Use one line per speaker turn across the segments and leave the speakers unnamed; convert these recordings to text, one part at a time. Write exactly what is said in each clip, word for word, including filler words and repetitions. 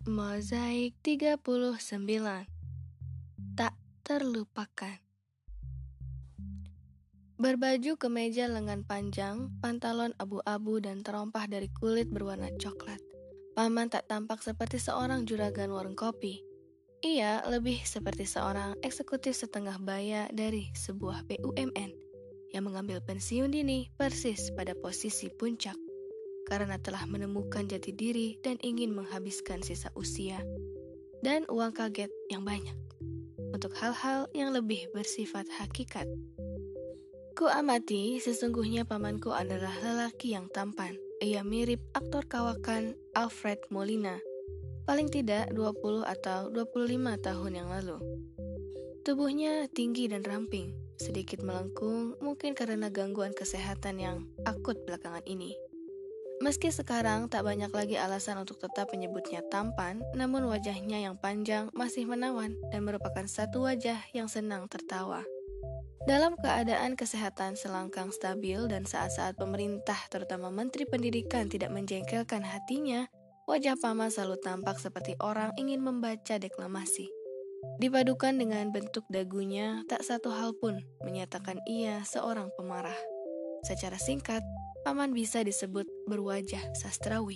Mozaik tiga puluh sembilan. Tak terlupakan. Berbaju kemeja lengan panjang, pantalon abu-abu dan terompah dari kulit berwarna coklat, Paman tak tampak seperti seorang juragan warung kopi. Ia lebih seperti seorang eksekutif setengah baya dari sebuah B U M N yang mengambil pensiun dini persis pada posisi puncak karena telah menemukan jati diri dan ingin menghabiskan sisa usia dan uang kaget yang banyak untuk hal-hal yang lebih bersifat hakikat. Ku amati sesungguhnya pamanku adalah lelaki yang tampan. Ia mirip aktor kawakan Alfred Molina, paling tidak dua puluh atau dua puluh lima tahun yang lalu. Tubuhnya tinggi dan ramping, sedikit melengkung mungkin karena gangguan kesehatan yang akut belakangan ini. Meski sekarang tak banyak lagi alasan untuk tetap menyebutnya tampan, namun wajahnya yang panjang masih menawan dan merupakan satu wajah yang senang tertawa. Dalam keadaan kesehatan selangkang stabil dan saat-saat pemerintah terutama Menteri Pendidikan tidak menjengkelkan hatinya, wajah Paman selalu tampak seperti orang ingin membaca deklamasi. Dipadukan dengan bentuk dagunya, tak satu hal pun menyatakan ia seorang pemarah. Secara singkat, Paman bisa disebut berwajah sastrawi.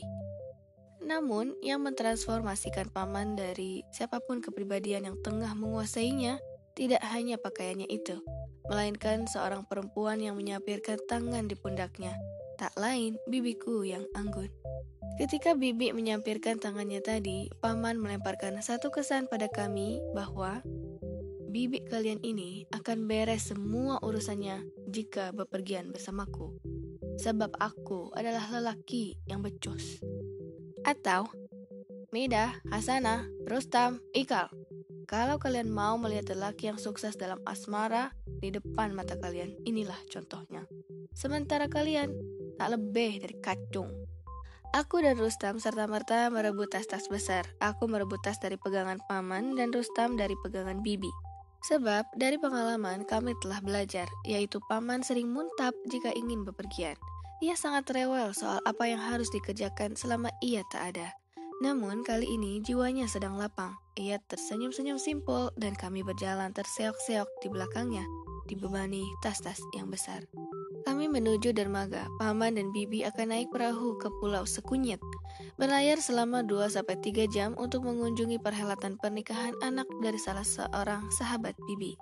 Namun, yang mentransformasikan Paman dari siapapun kepribadian yang tengah menguasainya tidak hanya pakaiannya itu, melainkan seorang perempuan yang menyapirkan tangan di pundaknya, tak lain bibiku yang anggun. Ketika Bibi menyampirkan tangannya tadi, Paman melemparkan satu kesan pada kami bahwa bibi kalian ini akan beres semua urusannya jika bepergian bersamaku. Sebab aku adalah lelaki yang becus. Atau, Mida, Hasanah, Rustam, Ikal. Kalau kalian mau melihat lelaki yang sukses dalam asmara di depan mata kalian, inilah contohnya. Sementara kalian tak lebih dari kacung. Aku dan Rustam serta-merta merebut tas-tas besar. Aku merebut tas dari pegangan Paman dan Rustam dari pegangan Bibi. Sebab dari pengalaman kami telah belajar, yaitu Paman sering muntap jika ingin bepergian. Ia sangat rewel soal apa yang harus dikerjakan selama ia tak ada. Namun kali ini jiwanya sedang lapang. Ia tersenyum-senyum simpul dan kami berjalan terseok-seok di belakangnya, dibebani tas-tas yang besar. Kami menuju dermaga. Paman dan Bibi akan naik perahu ke Pulau Sekunyit, berlayar selama dua sampai tiga jam untuk mengunjungi perhelatan pernikahan anak dari salah seorang sahabat Bibi.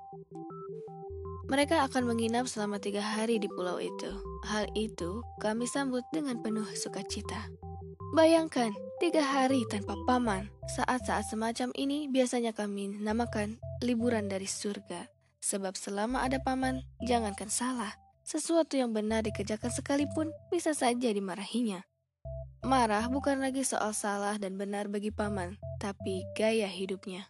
Mereka akan menginap selama tiga hari di pulau itu. Hal itu kami sambut dengan penuh sukacita. Bayangkan, tiga hari tanpa Paman. Saat-saat semacam ini biasanya kami namakan liburan dari surga. Sebab selama ada Paman, jangankan salah, sesuatu yang benar dikerjakan sekalipun bisa saja dimarahinya. Marah bukan lagi soal salah dan benar bagi Paman, tapi gaya hidupnya.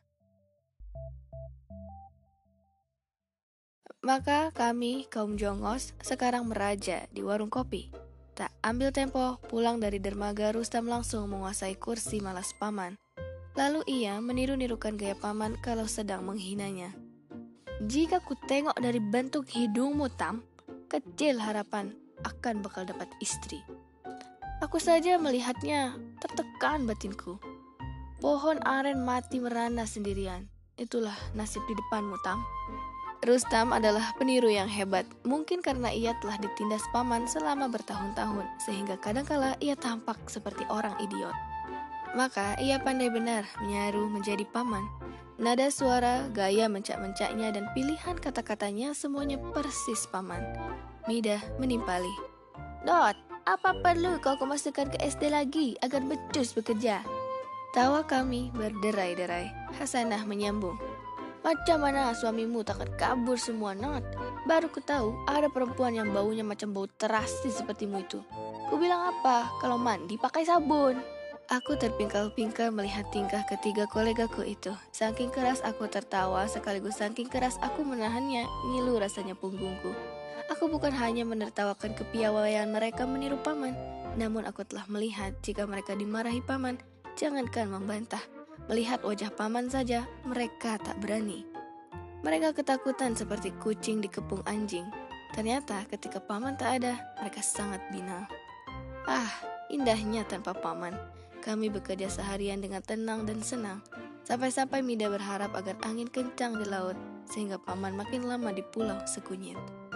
Maka kami, kaum jongos, sekarang meraja di warung kopi. Tak ambil tempo, pulang dari dermaga Rustam langsung menguasai kursi malas Paman. Lalu ia meniru-nirukan gaya Paman kalau sedang menghinanya. Jika ku tengok dari bentuk hidungmu, Tam, kecil harapan akan bakal dapat istri. Aku saja melihatnya, tertekan batinku. Pohon aren mati merana sendirian. Itulah nasib di depanmu, Tam. Rustam adalah peniru yang hebat, mungkin karena ia telah ditindas Paman selama bertahun-tahun, sehingga kadangkala ia tampak seperti orang idiot. Maka ia pandai benar menyaru menjadi Paman. Nada suara, gaya mencak-mencaknya dan pilihan kata-katanya semuanya persis Paman. Mida menimpali. Dot, apa perlu kau kemasukkan ke S D lagi agar becus bekerja? Tawa kami berderai-derai. Hasanah menyambung. Macam mana suamimu takkan kabur semua, Not? Baru ku tahu ada perempuan yang baunya macam bau terasi sepertimu itu. Ku bilang apa kalau mandi pakai sabun? Aku terpingkal-pingkal melihat tingkah ketiga kolegaku itu. Saking keras aku tertawa, sekaligus saking keras aku menahannya, ngilu rasanya punggungku. Aku bukan hanya menertawakan kepiawaian mereka meniru Paman, namun aku telah melihat jika mereka dimarahi Paman, jangankan membantah. Melihat wajah Paman saja, mereka tak berani. Mereka ketakutan seperti kucing dikepung anjing. Ternyata ketika Paman tak ada, mereka sangat binal. Ah, indahnya tanpa Paman. Kami bekerja seharian dengan tenang dan senang, sampai-sampai Mida berharap agar angin kencang di laut, sehingga paman makin lama di pulau sekunyit.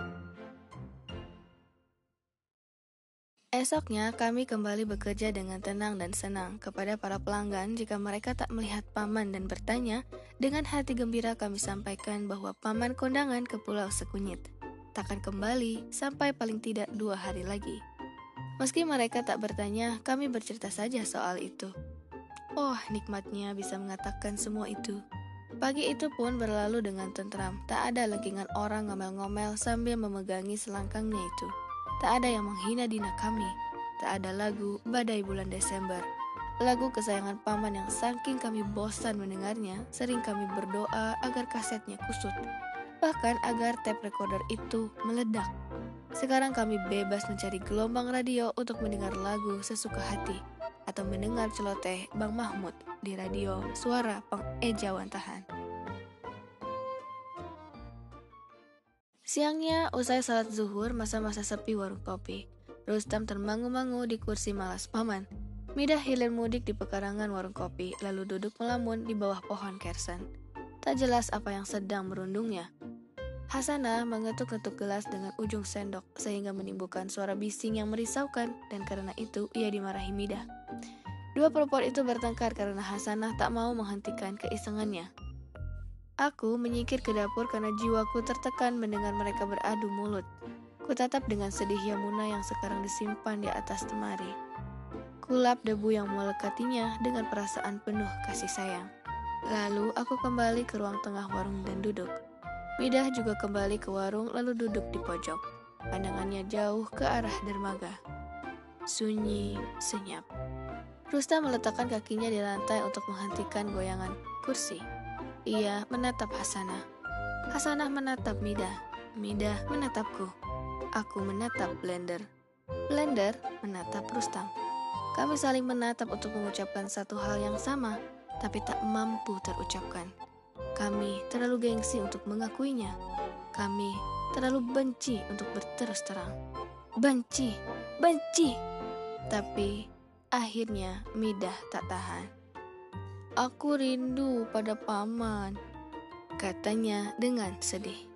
Esoknya, kami kembali bekerja dengan tenang dan senang kepada para pelanggan jika mereka tak melihat paman dan bertanya. Dengan hati gembira kami sampaikan bahwa paman kondangan ke pulau sekunyit takkan kembali sampai paling tidak dua hari lagi. Meski mereka tak bertanya, kami bercerita saja soal itu. Oh, nikmatnya bisa mengatakan semua itu. Pagi itu pun berlalu dengan tentram, tak ada lengkingan orang ngomel-ngomel sambil memegangi selangkangnya itu. Tak ada yang menghina Dina kami. Tak ada lagu Badai Bulan Desember. Lagu kesayangan paman yang saking kami bosan mendengarnya, sering kami berdoa agar kasetnya kusut. Bahkan agar tape recorder itu meledak. Sekarang kami bebas mencari gelombang radio untuk mendengar lagu sesuka hati. Atau mendengar celoteh Bang Mahmud di radio Suara Pengejawantahan. Siangnya, usai salat zuhur, masa-masa sepi warung kopi. Rustam termangu-mangu di kursi malas paman. Midah hilir mudik di pekarangan warung kopi, lalu duduk melamun di bawah pohon kersen. Tak jelas apa yang sedang merundungnya. Hasanah mengetuk-ketuk gelas dengan ujung sendok, sehingga menimbulkan suara bising yang merisaukan, dan karena itu ia dimarahi Midah. Dua perempuan itu bertengkar karena Hasanah tak mau menghentikan keisengannya. Aku menyingkir ke dapur karena jiwaku tertekan mendengar mereka beradu mulut. Kutatap dengan sedih Yamuna yang sekarang disimpan di atas lemari. Kulap debu yang melekatinya dengan perasaan penuh kasih sayang. Lalu aku kembali ke ruang tengah warung dan duduk. Midah juga kembali ke warung lalu duduk di pojok. Pandangannya jauh ke arah dermaga. Sunyi, senyap. Rustam meletakkan kakinya di lantai untuk menghentikan goyangan kursi. Ia menatap Hasanah. Hasanah menatap Midah. Midah menatapku. Aku menatap Blender. Blender menatap Rustam. Kami saling menatap untuk mengucapkan satu hal yang sama, tapi tak mampu terucapkan. Kami terlalu gengsi untuk mengakuinya. Kami terlalu benci untuk berterus terang. Benci, benci. Tapi akhirnya Midah tak tahan. Aku rindu pada paman, katanya dengan sedih.